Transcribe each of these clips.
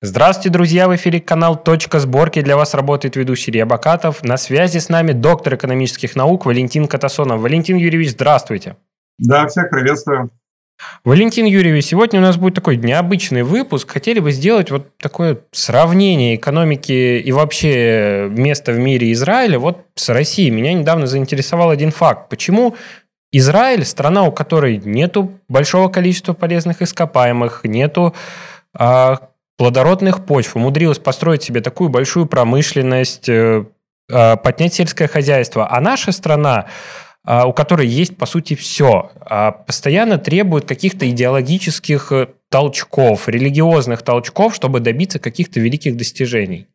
Здравствуйте, друзья! В эфире канал «Точка сборки». Для вас работает ведущий Илья Бакатов. На связи с нами доктор экономических наук Валентин Катасонов. Валентин Юрьевич, здравствуйте! Да, всех приветствую. Валентин Юрьевич, сегодня у нас будет такой необычный выпуск. Хотели бы сделать вот такое сравнение экономики и вообще места в мире Израиля вот с Россией. Меня недавно заинтересовал один факт. Почему Израиль, страна, у которой нету большого количества полезных ископаемых, нету плодородных почв, умудрилась построить себе такую большую промышленность, поднять сельское хозяйство. А наша страна, у которой есть, по сути, все, постоянно требует каких-то идеологических толчков, религиозных толчков, чтобы добиться каких-то великих достижений.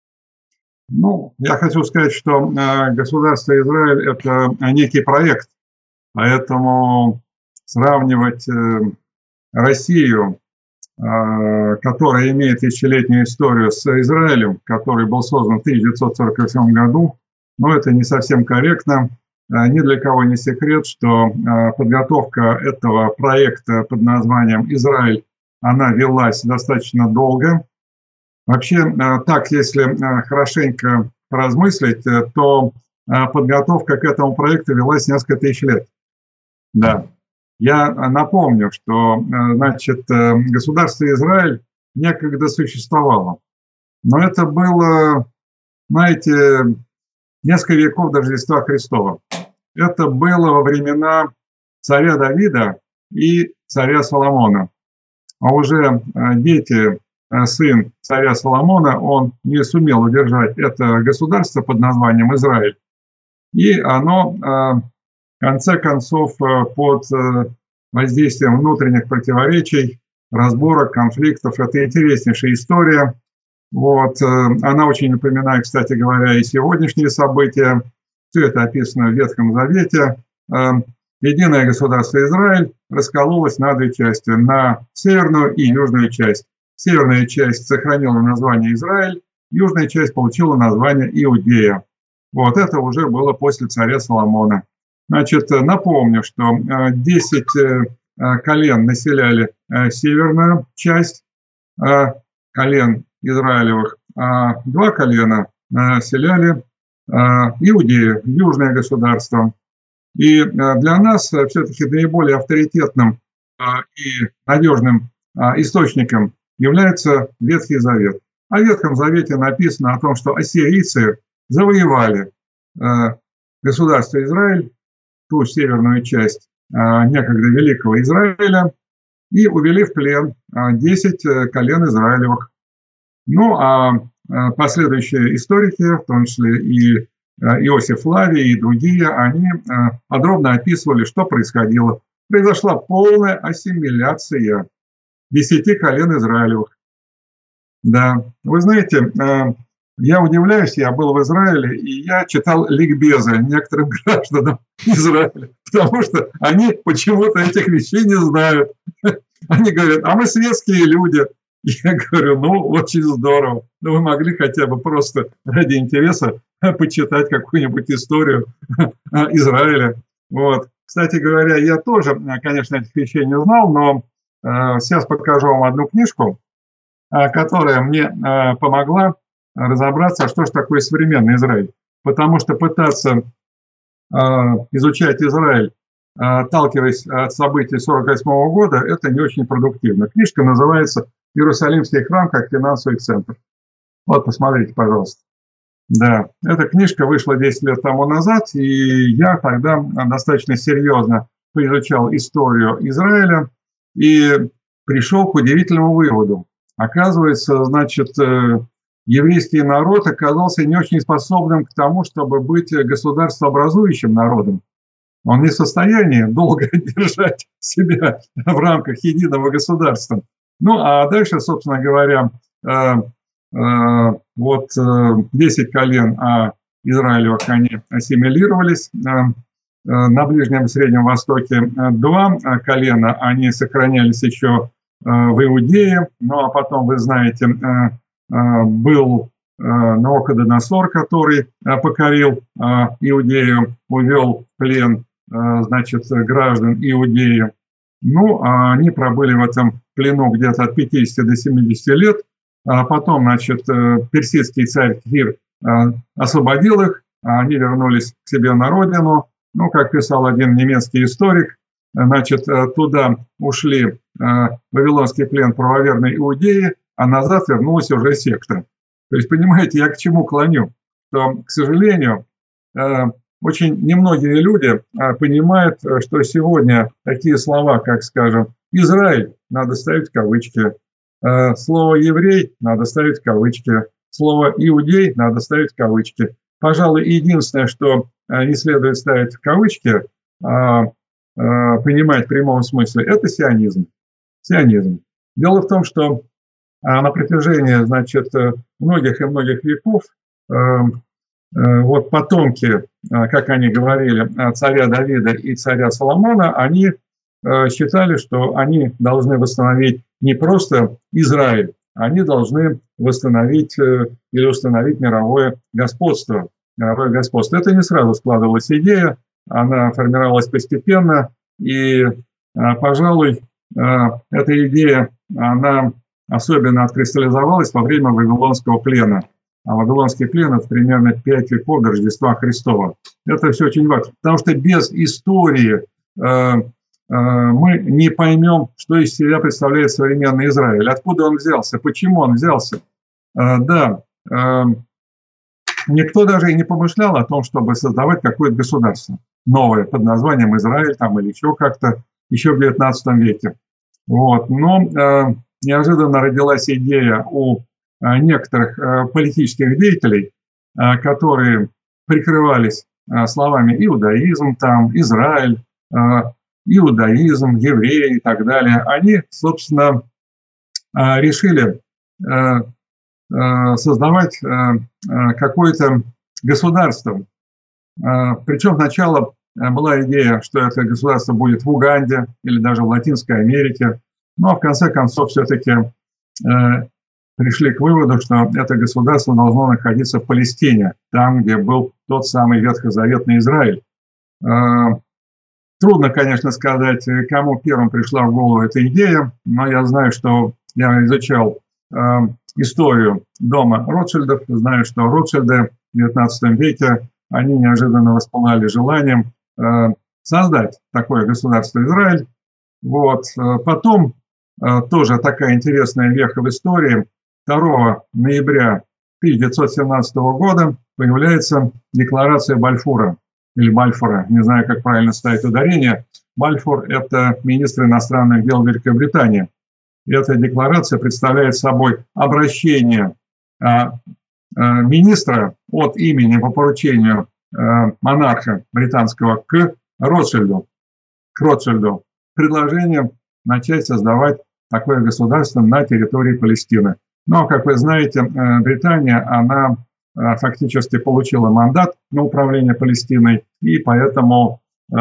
Я хочу сказать, что государство Израиль – это некий проект, поэтому сравнивать Россию, которая имеет тысячелетнюю историю, с Израилем, который был создан в 1948 году, это не совсем корректно. Ни для кого не секрет, что подготовка этого проекта под названием «Израиль», она велась достаточно долго. Вообще, так, если хорошенько поразмыслить, то подготовка к этому проекту велась несколько тысяч лет. Да. Я напомню, что, государство Израиль некогда существовало. Но это было, несколько веков до Рождества Христова. Это было во времена царя Давида и царя Соломона. А уже сын царя Соломона, он не сумел удержать это государство под названием Израиль. И оно, в конце концов, под воздействием внутренних противоречий, разборок, конфликтов, это интереснейшая история. Она очень напоминает, кстати говоря, и сегодняшние события. Все это описано в Ветхом Завете. Единое государство Израиль раскололось на две части, на северную и южную часть. Северная часть сохранила название Израиль, южная часть получила название Иудея. Это уже было после царя Соломона. Напомню, что 10 колен населяли северную часть колен Израилевых, а 2 колена населяли Иудею, южное государство. И для нас все-таки наиболее авторитетным и надежным источником является Ветхий Завет. А в Ветхом Завете написано о том, что ассирийцы завоевали государство Израиль, ту северную часть некогда великого Израиля, и увели в плен 10 колен Израилевых. Последующие историки, в том числе и Иосиф Флавий и другие, они подробно описывали, что происходило. Произошла полная ассимиляция 10 колен Израилевых. Да, вы знаете, я удивляюсь, я был в Израиле, и я читал ликбезы некоторым гражданам Израиля, потому что они почему-то этих вещей не знают. Они говорят, а мы светские люди. Я говорю, очень здорово. Вы могли хотя бы просто ради интереса почитать какую-нибудь историю Израиля. Кстати говоря, я тоже, конечно, этих вещей не знал, но сейчас покажу вам одну книжку, которая мне помогла разобраться, что же такое современный Израиль. Потому что пытаться изучать Израиль, отталкиваясь от событий 1948 года, это не очень продуктивно. Книжка называется «Иерусалимский храм как финансовый центр». Посмотрите, пожалуйста. Да, эта книжка вышла 10 лет тому назад, и я тогда достаточно серьезно поизучал историю Израиля и пришел к удивительному выводу. Оказывается, еврейский народ оказался не очень способным к тому, чтобы быть государствообразующим народом. Он не в состоянии долго держать себя в рамках единого государства. А дальше, собственно говоря, 10 колен Израилевых, они ассимилировались. На Ближнем и Среднем Востоке 2 колена, они сохранялись еще в Иудее. А потом, вы знаете, был Навуходоносор, который покорил Иудею, увел в плен, граждан Иудеи. Они пробыли в этом плену где-то от 50 до 70 лет. А потом, значит, персидский царь Кир освободил их, они вернулись к себе на родину. Ну, как писал один немецкий историк, значит, туда ушли в вавилонский плен правоверные иудеи, а назад вернулась уже секта. То есть, понимаете, я к чему клоню? Что, к сожалению, очень немногие люди понимают, что сегодня такие слова, как, скажем, Израиль, надо ставить кавычки, слово еврей надо ставить кавычки, слово иудей надо ставить кавычки. Пожалуй, единственное, что не следует ставить в кавычки, понимать в прямом смысле, это сионизм. Сионизм. Дело в том, что на протяжении, значит, многих и многих веков вот потомки, как они говорили, царя Давида и царя Соломона, они считали, что они должны восстановить не просто Израиль, они должны восстановить или установить мировое господство. Мировое господство. Это не сразу складывалась идея, она формировалась постепенно, и, пожалуй, эта идея, она особенно откристаллизовалась во время Вавилонского плена. А Вавилонский плен – это примерно 5 веков до Рождества Христова. Это все очень важно, потому что без истории мы не поймем, что из себя представляет современный Израиль, откуда он взялся, почему он взялся. Да, никто даже и не помышлял о том, чтобы создавать какое-то государство новое под названием Израиль там, или еще как-то, еще в XIX веке. Вот. Но неожиданно родилась идея у некоторых политических деятелей, которые прикрывались словами иудаизм, там, Израиль, иудаизм, евреи и так далее. Они, собственно, решили создавать какое-то государство. Причем сначала была идея, что это государство будет в Уганде или даже в Латинской Америке. Но в конце концов все-таки пришли к выводу, что это государство должно находиться в Палестине, там, где был тот самый ветхозаветный Израиль. Трудно, конечно, сказать, кому первым пришла в голову эта идея, но я знаю, что я изучал историю дома Ротшильдов, знаю, что Ротшильды в XIX веке, они неожиданно воспылали желанием создать такое государство Израиль. Вот. Потом тоже такая интересная веха в истории. 2 ноября 1917 года появляется декларация Бальфура, или Бальфура, не знаю, как правильно ставить ударение. Бальфур – это министр иностранных дел Великобритании. Эта декларация представляет собой обращение министра от имени по поручению монарха британского к Ротшильду, предложением начать создавать такое государство на территории Палестины. Но, как вы знаете, Британия, она фактически получила мандат на управление Палестиной, и поэтому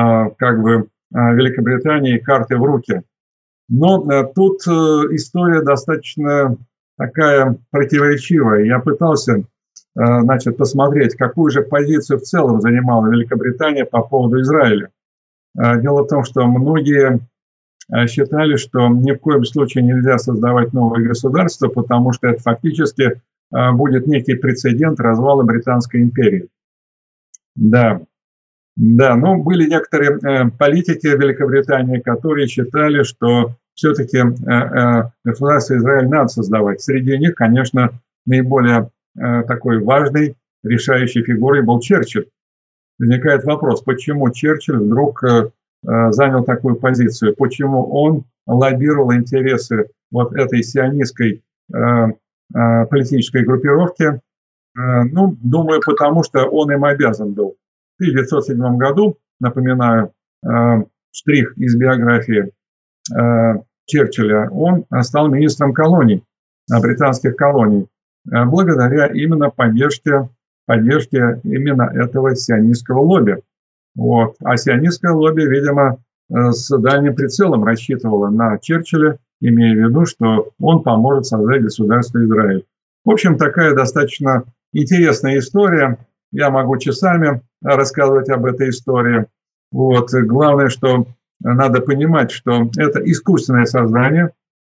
Великобритании карты в руки. Но тут история достаточно такая противоречивая. Я пытался посмотреть, какую же позицию в целом занимала Великобритания по поводу Израиля. Дело в том, что многие считали, что ни в коем случае нельзя создавать новое государство, потому что это фактически будет некий прецедент развала Британской империи. Да, но были некоторые политики Великобритании, которые считали, что все-таки государство Израиль надо создавать. Среди них, конечно, наиболее такой важной, решающей фигурой был Черчилль. Возникает вопрос, почему Черчилль вдруг занял такую позицию, почему он лоббировал интересы вот этой сионистской политической группировки. Думаю, потому что он им обязан был. В 1907 году, напоминаю, штрих из биографии Черчилля, он стал министром колоний, британских колоний, благодаря именно поддержке именно этого сионистского лобби. Вот. А сионистское лобби, видимо, с дальним прицелом рассчитывало на Черчилля, имея в виду, что он поможет создать государство Израиль. В общем, такая достаточно интересная история. Я могу часами рассказывать об этой истории. Вот. Главное, что надо понимать, что это искусственное создание.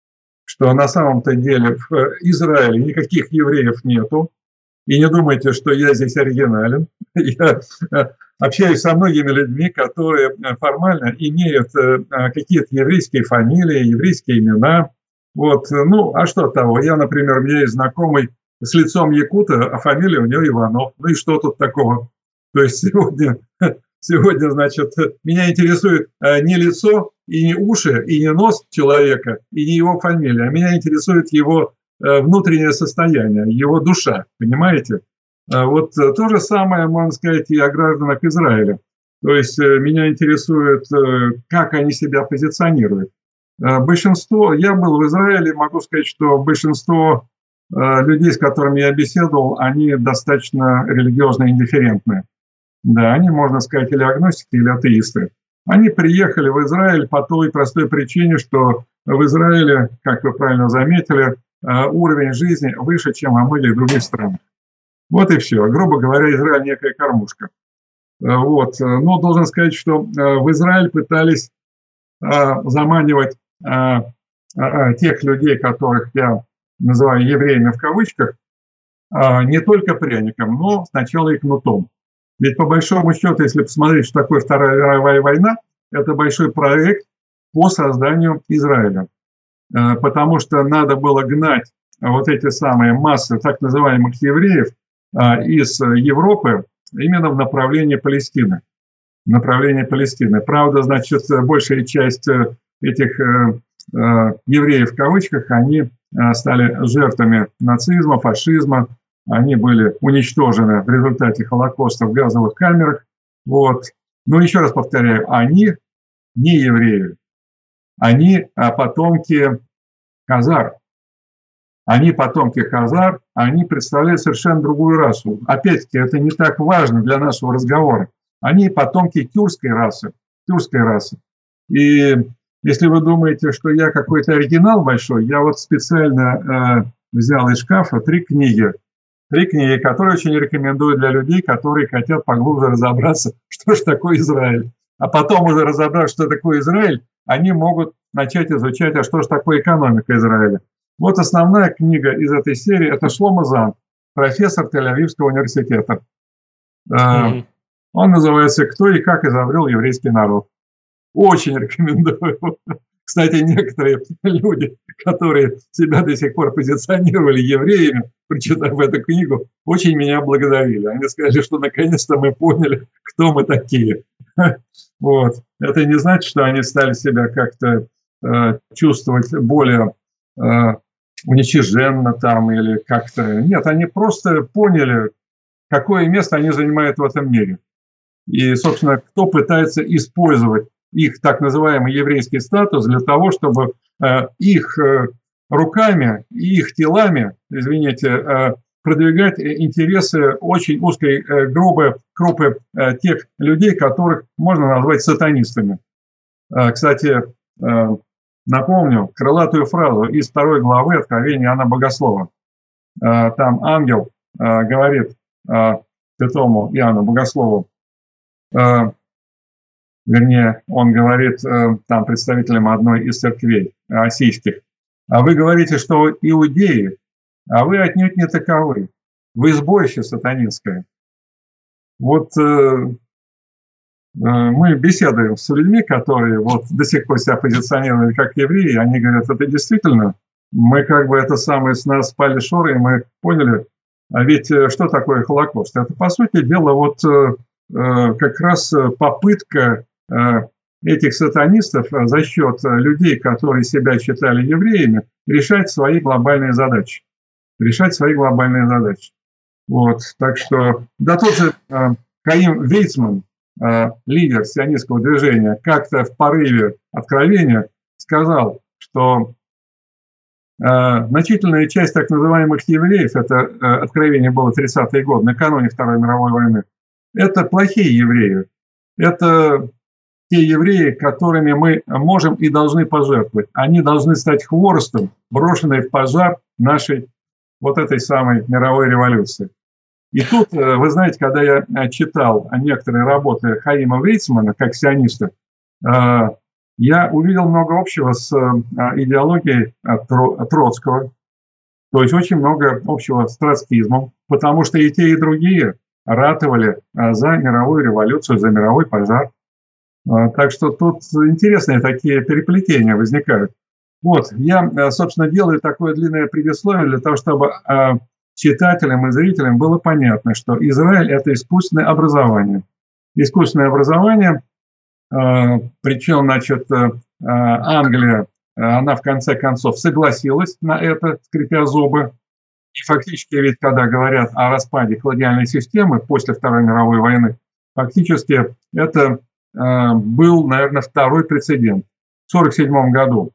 что на самом-то деле в Израиле никаких евреев нету. И не думайте, что я здесь оригинален. Я общаюсь со многими людьми, которые формально имеют какие-то еврейские фамилии, еврейские имена. Вот. Ну, а что от того? Я, например, у меня есть знакомый с лицом якута, а фамилия у него Иванов. Ну и что тут такого? То есть сегодня, значит, меня интересует не лицо, и не уши, и не нос человека, и не его фамилия, а меня интересует его внутреннее состояние, его душа, понимаете? Вот то же самое, можно сказать, и о гражданах Израиля. То есть меня интересует, как они себя позиционируют. Большинство, я был в Израиле, могу сказать, что большинство людей, с которыми я беседовал, они достаточно религиозно индифферентны. Да, они, можно сказать, или агностики, или атеисты. Они приехали в Израиль по той простой причине, что в Израиле, как вы правильно заметили, уровень жизни выше, чем во многих других странах. Вот и все. Грубо говоря, Израиль некая кормушка. Вот. Но должен сказать, что в Израиль пытались заманивать тех людей, которых я называю евреями в кавычках, не только пряником, но сначала и кнутом. Ведь по большому счету, если посмотреть, что такое Вторая мировая война, это большой проект по созданию Израиля. Потому что надо было гнать вот эти самые массы так называемых евреев из Европы именно в направлении Палестины. Правда, значит, большая часть этих евреев в кавычках, они стали жертвами нацизма, фашизма. Они были уничтожены в результате Холокоста в газовых камерах. Вот. Но еще раз повторяю, они не евреи. Они потомки хазар. Они потомки хазар, они представляют совершенно другую расу. Опять-таки, это не так важно для нашего разговора. Они потомки тюркской расы. И если вы думаете, что я какой-то оригинал большой, я вот специально взял из шкафа три книги, которые очень рекомендую для людей, которые хотят поглубже разобраться, что же такое Израиль. А потом, уже разобравшись, что такое Израиль, они могут начать изучать, а что же такое экономика Израиля. Вот основная книга из этой серии – это Шломо Занд, профессор Тель-Авивского университета. Он называется «Кто и как изобрел еврейский народ». Очень рекомендую. Кстати, некоторые люди, которые себя до сих пор позиционировали евреями, прочитав эту книгу, очень меня благодарили. Они сказали, что наконец-то мы поняли, кто мы такие. Вот. Это не значит, что они стали себя как-то чувствовать более уничиженно там или как-то. Нет, они просто поняли, какое место они занимают в этом мире. И, собственно, кто пытается использовать их так называемый еврейский статус для того, чтобы их руками и их телами, продвигать интересы очень узкой группы тех людей, которых можно назвать сатанистами. Кстати, напомню крылатую фразу из 2 главы Откровения Иоанна Богослова. Там ангел говорит святому Иоанну Богослову, вернее, он говорит там представителям одной из церквей российских: а вы говорите, что иудеи, а вы отнюдь не таковы. Вы сборище сатанинское. Вот мы беседуем с людьми, которые вот до сих пор себя позиционировали как евреи, и они говорят, это действительно, мы как бы это самое, с нас спали шоры, и мы поняли, а ведь что такое Холокост? Это, по сути дела, вот как раз попытка этих сатанистов за счет людей, которые себя считали евреями, решать свои глобальные задачи. Вот, так что, да, тот же Хаим Вейцман, лидер сионистского движения, как-то в порыве откровения сказал, что значительная часть так называемых евреев, это откровение было 30-е годы, накануне Второй мировой войны, это плохие евреи. Это те евреи, которыми мы можем и должны пожертвовать. Они должны стать хворостом, брошенной в пожар нашей вот этой самой мировой революции. И тут, вы знаете, когда я читал некоторые работы Хаима Вейцмана, как сиониста, я увидел много общего с идеологией Троцкого, то есть очень много общего с троцкизмом, потому что и те, и другие ратовали за мировую революцию, за мировой пожар. Так что тут интересные такие переплетения возникают. Вот, я, собственно, делаю такое длинное предисловие для того, чтобы читателям и зрителям было понятно, что Израиль – это искусственное образование. Искусственное образование, причем, значит, Англия, она в конце концов согласилась на это, скрипя зубы. И фактически ведь, когда говорят о распаде колониальной системы после Второй мировой войны, фактически это был, наверное, второй прецедент. В 1947 году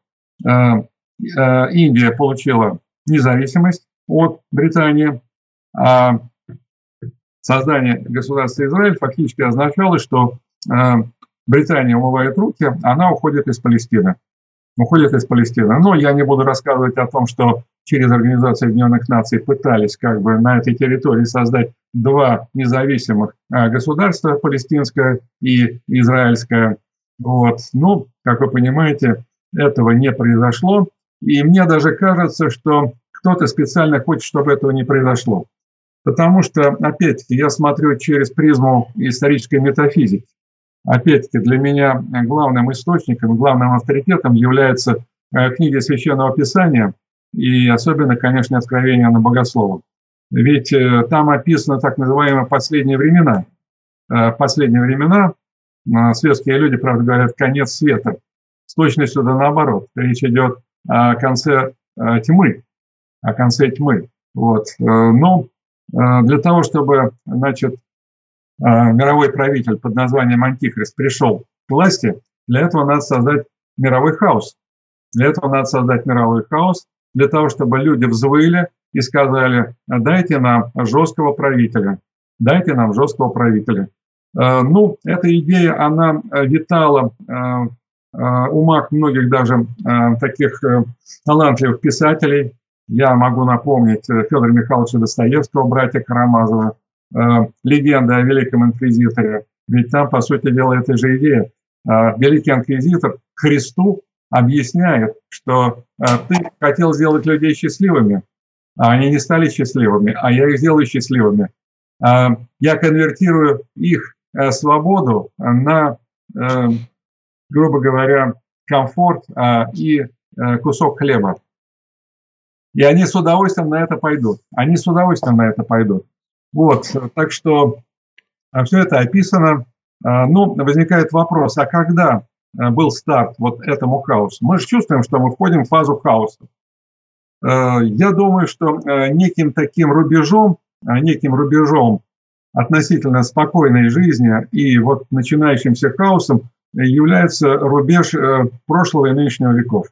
Индия получила независимость от Британии, а создание государства Израиль фактически означало, что Британия умывает руки, она уходит из Палестины. Но я не буду рассказывать о том, что через Организацию Объединенных Наций пытались как бы на этой территории создать два независимых государства, палестинское и израильское. Вот. Ну, как вы понимаете, этого не произошло. И мне даже кажется, что кто-то специально хочет, чтобы этого не произошло. Потому что, опять-таки, я смотрю через призму исторической метафизики. Опять-таки, для меня главным источником, главным авторитетом являются книги Священного Писания и особенно, конечно, Откровение Иоанна Богослова. Ведь там описаны так называемые последние времена. Последние времена, светские люди, правда, говорят, конец света. С точностью да наоборот. Речь идет о конце тьмы. О конце тьмы. Вот. Но для того, чтобы, значит, мировой правитель под названием Антихрист пришел к власти, для этого надо создать мировой хаос. Для того, чтобы люди взвыли и сказали: дайте нам жесткого правителя. Ну, эта идея, она витала в умах многих даже таких талантливых писателей. Я могу напомнить Федора Михайловича Достоевского, братья Карамазова, легенда о Великом Инквизиторе. Ведь там, по сути дела, эта же идея. Великий Инквизитор Христу объясняет, что ты хотел сделать людей счастливыми, а они не стали счастливыми, а я их сделаю счастливыми. Я конвертирую их свободу на, грубо говоря, комфорт и кусок хлеба. И они с удовольствием на это пойдут. Вот, так что все это описано. Ну, возникает вопрос, а когда был старт вот этому хаосу? Мы же чувствуем, что мы входим в фазу хаоса. Я думаю, что неким рубежом относительно спокойной жизни и вот начинающимся хаосом является рубеж прошлого и нынешнего веков.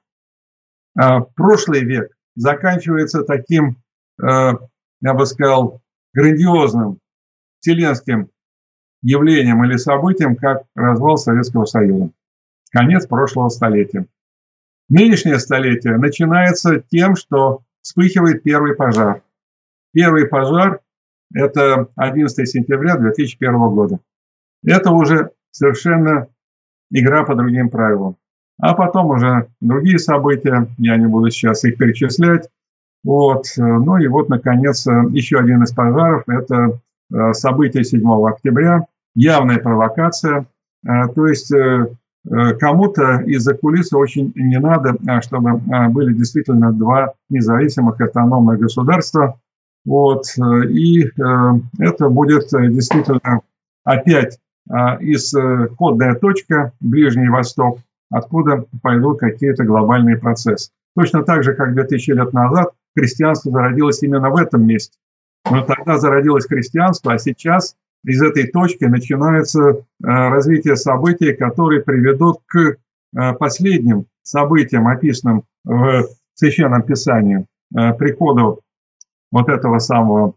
Прошлый век заканчивается таким, я бы сказал, грандиозным вселенским явлением или событием, как развал Советского Союза. Конец прошлого столетия. Нынешнее столетие начинается тем, что вспыхивает первый пожар. Первый пожар – это 11 сентября 2001 года. Это уже совершенно игра по другим правилам. А потом уже другие события, я не буду сейчас их перечислять. Вот. Ну и вот, наконец, еще один из пожаров – это событие 7 октября, явная провокация. То есть кому-то из-за кулисы очень не надо, чтобы были действительно два независимых автономных государства. Вот. И это будет действительно опять исходная точка, Ближний Восток, откуда пойдут какие-то глобальные процессы. Точно так же, как 2000 лет назад христианство зародилось именно в этом месте. Но тогда зародилось христианство, а сейчас из этой точки начинается развитие событий, которые приведут к последним событиям, описанным в Священном Писании, приходу вот этого самого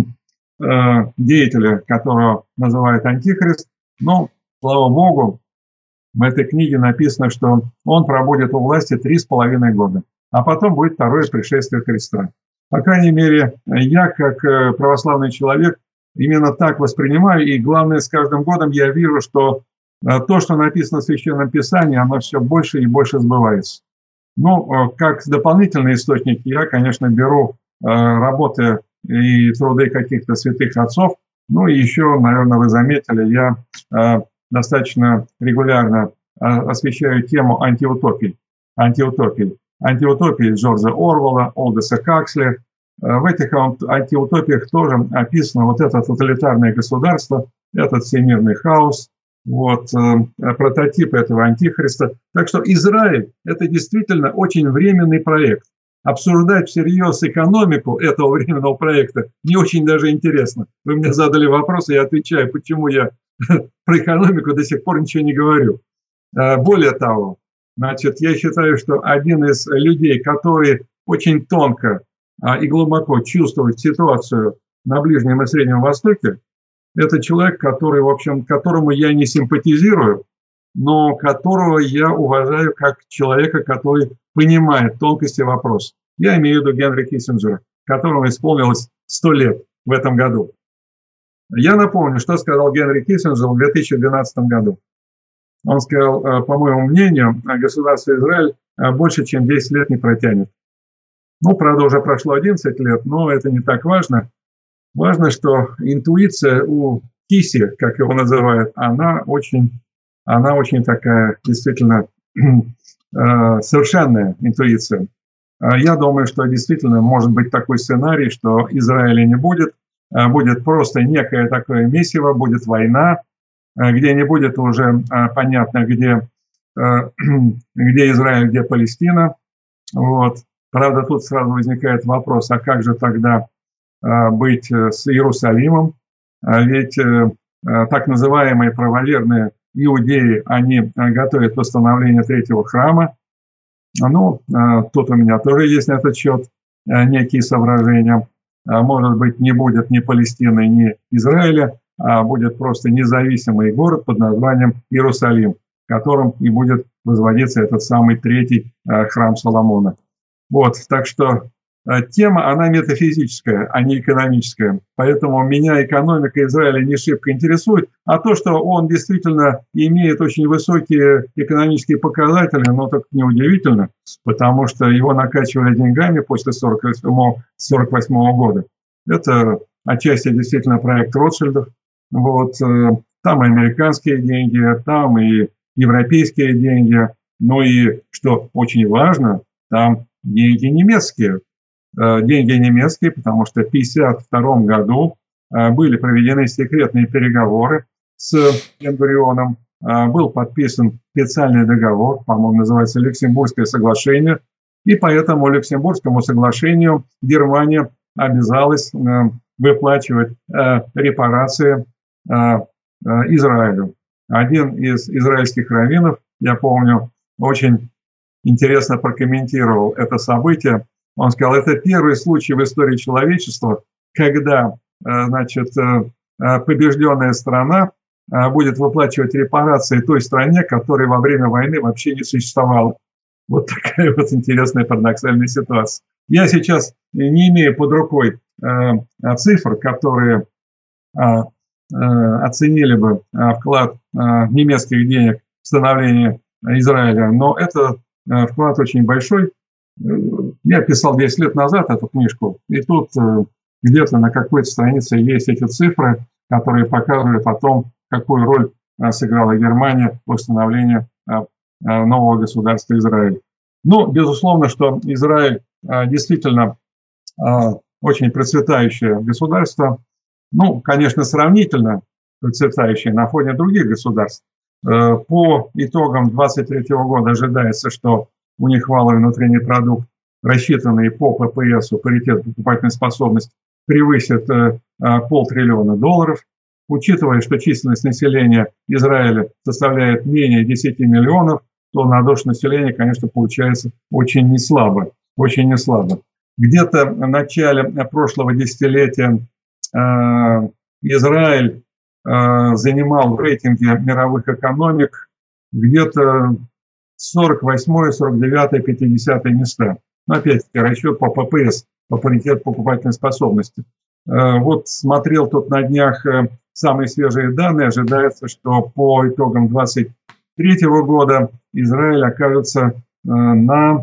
деятеля, которого называют Антихрист. Но, слава Богу, в этой книге написано, что он пробудет у власти 3,5 года, а потом будет второе пришествие Христа. По крайней мере, я, как православный человек, именно так воспринимаю, и главное, с каждым годом я вижу, что то, что написано в Священном Писании, оно все больше и больше сбывается. Ну, как дополнительный источник я, конечно, беру работы и труды каких-то святых отцов. Ну и еще, наверное, вы заметили, я достаточно регулярно освещаю тему антиутопий. Антиутопии Джорджа Орвелла, Олдоса Хаксли. В этих антиутопиях тоже описано вот это тоталитарное государство, этот всемирный хаос, вот, прототип этого антихриста. Так что Израиль – это действительно очень временный проект. Обсуждать всерьез экономику этого временного проекта не очень даже интересно. Вы мне задали вопрос, и я отвечаю, почему я про экономику до сих пор ничего не говорю. Более того, значит, я считаю, что один из людей, который очень тонко и глубоко чувствует ситуацию на Ближнем и Среднем Востоке, это человек, который, в общем, которому я не симпатизирую, но которого я уважаю как человека, который понимает тонкости вопроса. Я имею в виду Генри Киссинджера, которому исполнилось 100 лет в этом году. Я напомню, что сказал Генри Киссинджер в 2012 году. Он сказал, по моему мнению, государство Израиль больше, чем 10 лет не протянет. Ну, правда, уже прошло 11 лет, но это не так важно. Важно, что интуиция у Кисси, как его называют, она очень такая действительно совершенная интуиция. Я думаю, что действительно может быть такой сценарий, что Израиля не будет, будет просто некое такое месиво, будет война, где не будет уже понятно, где Израиль, где Палестина. Вот. Правда, тут сразу возникает вопрос, а как же тогда быть с Иерусалимом? Ведь так называемые правоверные иудеи, они готовят восстановление третьего храма. Ну, тут у меня тоже есть на этот счет некие соображения. Может быть, не будет ни Палестины, ни Израиля, а будет просто независимый город под названием Иерусалим, в котором и будет возводиться этот самый третий храм Соломона. Вот, так что тема, она метафизическая, а не экономическая. Поэтому меня экономика Израиля не шибко интересует. А то, что он действительно имеет очень высокие экономические показатели, ну, так неудивительно, потому что его накачивали деньгами после 1948 года. Это отчасти действительно проект Ротшильдов. Вот, там и американские деньги, там и европейские деньги. Ну и, что очень важно, там деньги немецкие. Деньги немецкие, потому что в 1952 году были проведены секретные переговоры с Бен-Гурионом, был подписан специальный договор, по-моему, называется Люксембургское соглашение, и по этому Люксембургскому соглашению Германия обязалась выплачивать репарации Израилю. Один из израильских раввинов, я помню, очень интересно прокомментировал это событие. Он сказал, это первый случай в истории человечества, когда, значит, побежденная страна будет выплачивать репарации той стране, которая во время войны вообще не существовала. Вот такая вот интересная парадоксальная ситуация. Я сейчас не имею под рукой цифр, которые оценили бы вклад немецких денег в становление Израиля, но это вклад очень большой. Я писал 10 лет назад эту книжку, и тут где-то на какой-то странице есть эти цифры, которые показывают о том, какую роль сыграла Германия в восстановлении нового государства Израиль. Ну, безусловно, что Израиль действительно очень процветающее государство. Ну, конечно, сравнительно процветающее на фоне других государств. По итогам 2023 года ожидается, что у них валовый внутренний продукт, рассчитанный по ППСу, паритет покупательной способности, превысит $500 billion. Учитывая, что численность населения Израиля составляет менее 10 миллионов, то на душу населения, конечно, получается очень неслабо. Очень неслабо. Где-то в начале прошлого десятилетия Израиль занимал в рейтинге мировых экономик где-то 48, 49, 50 места. Но опять-таки расчет по ППС, по паритету покупательной способности. Вот смотрел тут на днях самые свежие данные, ожидается, что по итогам 2023 года Израиль окажется на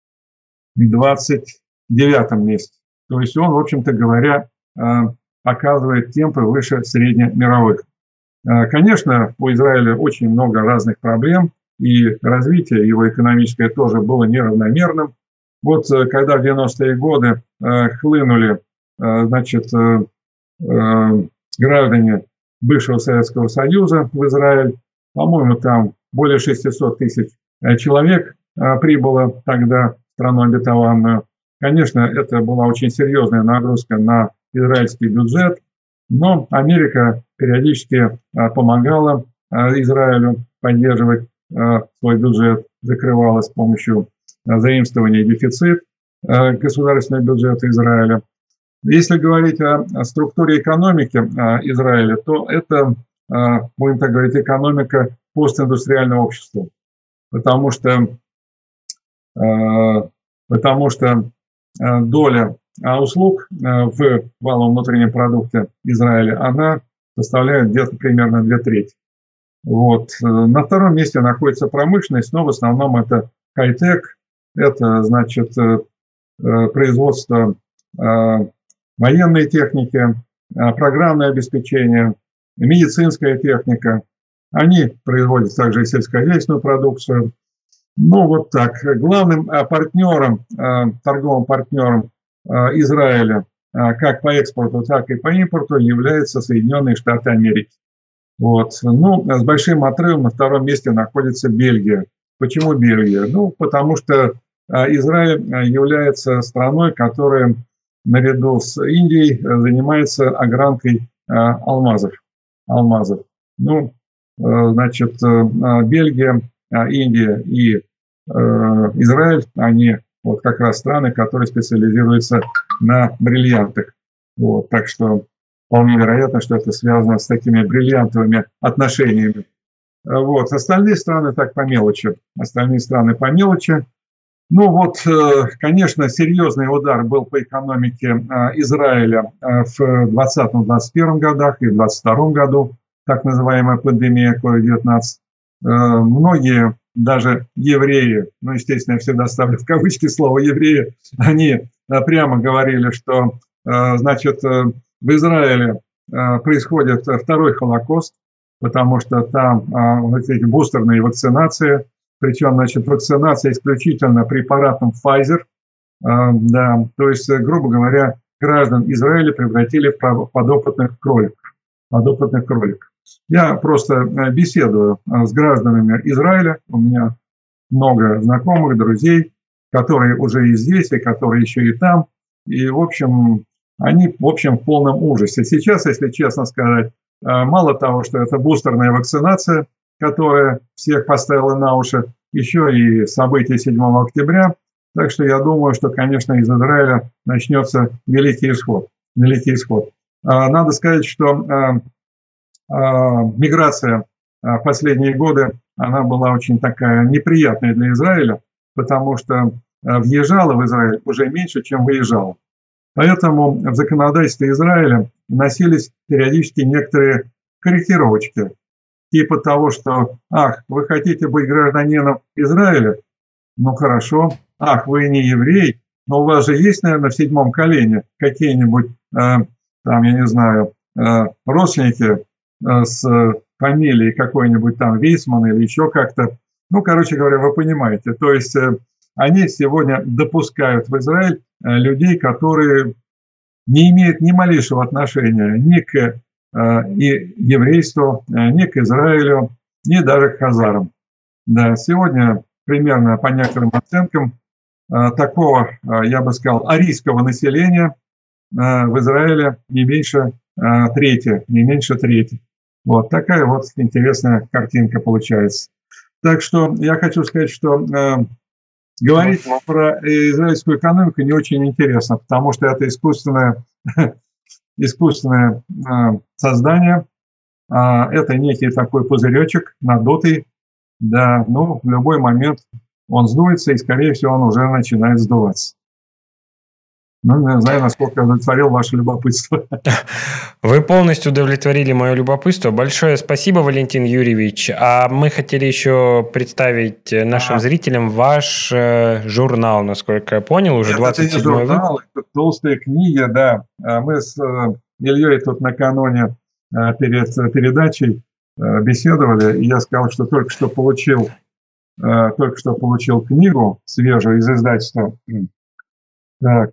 29 месте. То есть он, в общем-то говоря, показывает темпы выше среднемировых. Конечно, у Израиля очень много разных проблем, и развитие его экономическое тоже было неравномерным. Вот когда в 90-е годы хлынули, значит, граждане бывшего Советского Союза в Израиль, по-моему, там более 600 тысяч человек прибыло тогда в страну обетованную. Конечно, это была очень серьезная нагрузка на израильский бюджет, но Америка периодически помогала Израилю поддерживать свой бюджет, закрывала с помощью заимствования дефицит государственного бюджета Израиля. Если говорить о структуре экономики Израиля, то это, будем так говорить, экономика постиндустриального общества, потому что доля услуг в валовом внутреннем продукте Израиля, она составляет где-то примерно 2/3. Вот. На втором месте находится промышленность, но в основном это хай-тек, это, значит, производство военной техники, программное обеспечение, медицинская техника. Они производят также и сельскохозяйственную продукцию. Ну, вот так. Главным партнером, торговым партнером Израиля, как по экспорту, так и по импорту, являются Соединенные Штаты Америки. Вот. Ну, с большим отрывом на втором месте находится Бельгия. Почему Бельгия? Ну, потому что Израиль является страной, которая наряду с Индией занимается огранкой алмазов. Ну, значит, Бельгия, Индия и Израиль, они вот как раз страны, которые специализируются на бриллиантах. Вот, так что вполне вероятно, что это связано с такими бриллиантовыми отношениями. Вот, остальные страны так по мелочи. Ну вот, конечно, серьезный удар был по экономике Израиля в 2020-2021 годах и в 2022 году, так называемая пандемия COVID-19. Многие, даже евреи, ну, естественно, я всегда ставлю в кавычки слово «евреи», они прямо говорили, что, значит, в Израиле происходит второй Холокост, потому что там вот эти бустерные вакцинации, причем, значит, вакцинация исключительно препаратом Pfizer, да, то есть, грубо говоря, граждан Израиля превратили в подопытных кроликов. Я просто беседую с гражданами Израиля, у меня много знакомых, друзей, которые уже и здесь, и которые еще и там, и, в общем, они, в полном ужасе. Сейчас, если честно сказать, мало того, что это бустерная вакцинация, которая всех поставила на уши, еще и события 7 октября. Так что я думаю, что, конечно, из Израиля начнется великий исход. Надо сказать, что миграция в последние годы, она была очень такая неприятная для Израиля, потому что въезжало в Израиль уже меньше, чем выезжало. Поэтому в законодательстве Израиля вносились периодически некоторые корректировочки, типа того, что, вы хотите быть гражданином Израиля? Ну хорошо. Вы не еврей, но у вас же есть, наверное, в 7-м колене какие-нибудь, там, я не знаю, родственники с фамилией какой-нибудь там Вейсман или еще как-то. Ну, короче говоря, вы понимаете. То есть они сегодня допускают в Израиль людей, которые не имеют ни малейшего отношения ни к и еврейству, ни к Израилю, ни даже к хазарам. Да, сегодня примерно по некоторым оценкам такого, я бы сказал, арийского населения в Израиле не меньше трети. Вот такая вот интересная картинка получается. Так что я хочу сказать, что говорить про израильскую экономику не очень интересно, потому что это искусственное создание, это некий такой пузыречек надутый, да, ну, в любой момент он сдуется, и, скорее всего, он уже начинает сдуваться. не знаю, насколько удовлетворил ваше любопытство. Вы полностью удовлетворили мое любопытство. Большое спасибо, Валентин Юрьевич. А мы хотели еще представить нашим зрителям ваш журнал, насколько я понял, уже 27-й выпуск. Это не журнал, это толстая книга, да. Мы с Ильей тут накануне перед передачей беседовали, и я сказал, что только что получил книгу свежую из издательства. Так.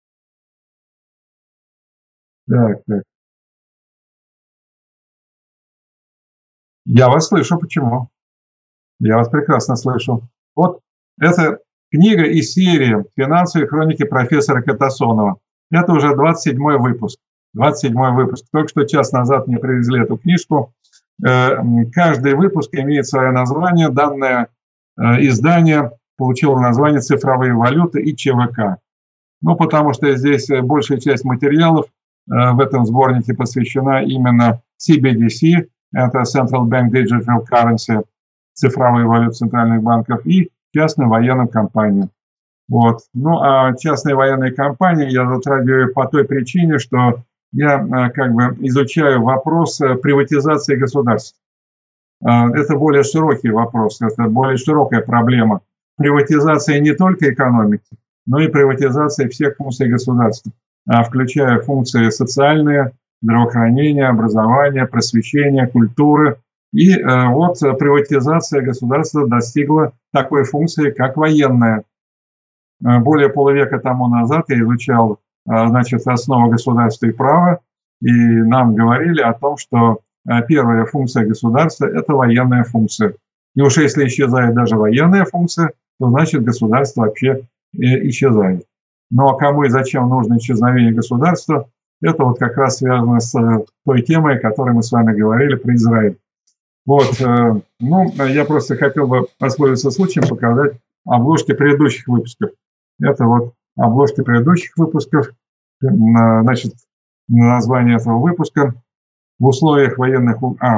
Я вас слышу. Почему? Я вас прекрасно слышу. Вот это книга из серии «Финансовые хроники профессора Катасонова». Это уже 27-й выпуск. 27-й выпуск. Только что час назад мне привезли эту книжку. Каждый выпуск имеет свое название. Данное издание получило название «Цифровые валюты» и ЧВК. Потому что здесь большая часть материалов в этом сборнике посвящена именно CBDC, это Central Bank Digital Currency, цифровые валюты центральных банков, и частным военным компаниям. Вот. А частные военные компании я затрагиваю по той причине, что я изучаю вопрос приватизации государств. Это более широкий вопрос, это более широкая проблема. Приватизация не только экономики, но и приватизация всех функций государства, включая функции социальные, здравоохранения, образования, просвещения, культуры. И приватизация государства достигла такой функции, как военная. Более полувека тому назад я изучал, основы государства и права, и нам говорили о том, что первая функция государства – это военная функция. И уж если исчезает даже военная функция, то значит государство вообще исчезает. А кому и зачем нужно исчезновение государства, это как раз связано с той темой, о которой мы с вами говорили, про Израиль. Я просто хотел бы воспользоваться случаем показать обложки предыдущих выпусков. Это обложки предыдущих выпусков. Название этого выпуска в условиях военных...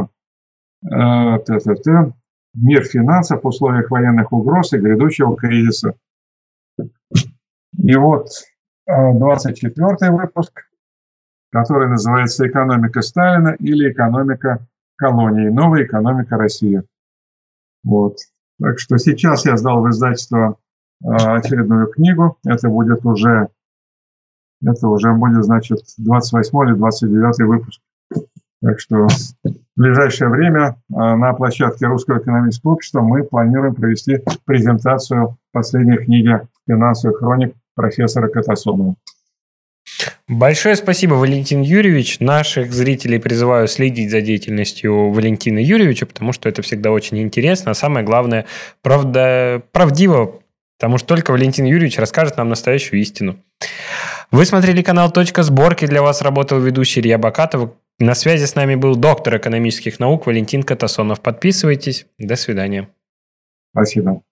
Мир финансов в условиях военных угроз и грядущего кризиса. И 24-й выпуск, который называется «Экономика Сталина» или «Экономика колоний. Новая экономика России». Так что сейчас я сдал в издательство очередную книгу. Это будет 28 или 29 выпуск. Так что в ближайшее время на площадке Русского экономического общества мы планируем провести презентацию последней книги «Финансовых хроник» профессора Катасонова. Большое спасибо, Валентин Юрьевич. Наших зрителей призываю следить за деятельностью Валентина Юрьевича, потому что это всегда очень интересно, а самое главное, правдиво, потому что только Валентин Юрьевич расскажет нам настоящую истину. Вы смотрели канал «Точка сборки». Для вас работал ведущий Илья Бакатов. На связи с нами был доктор экономических наук Валентин Катасонов. Подписывайтесь. До свидания. Спасибо.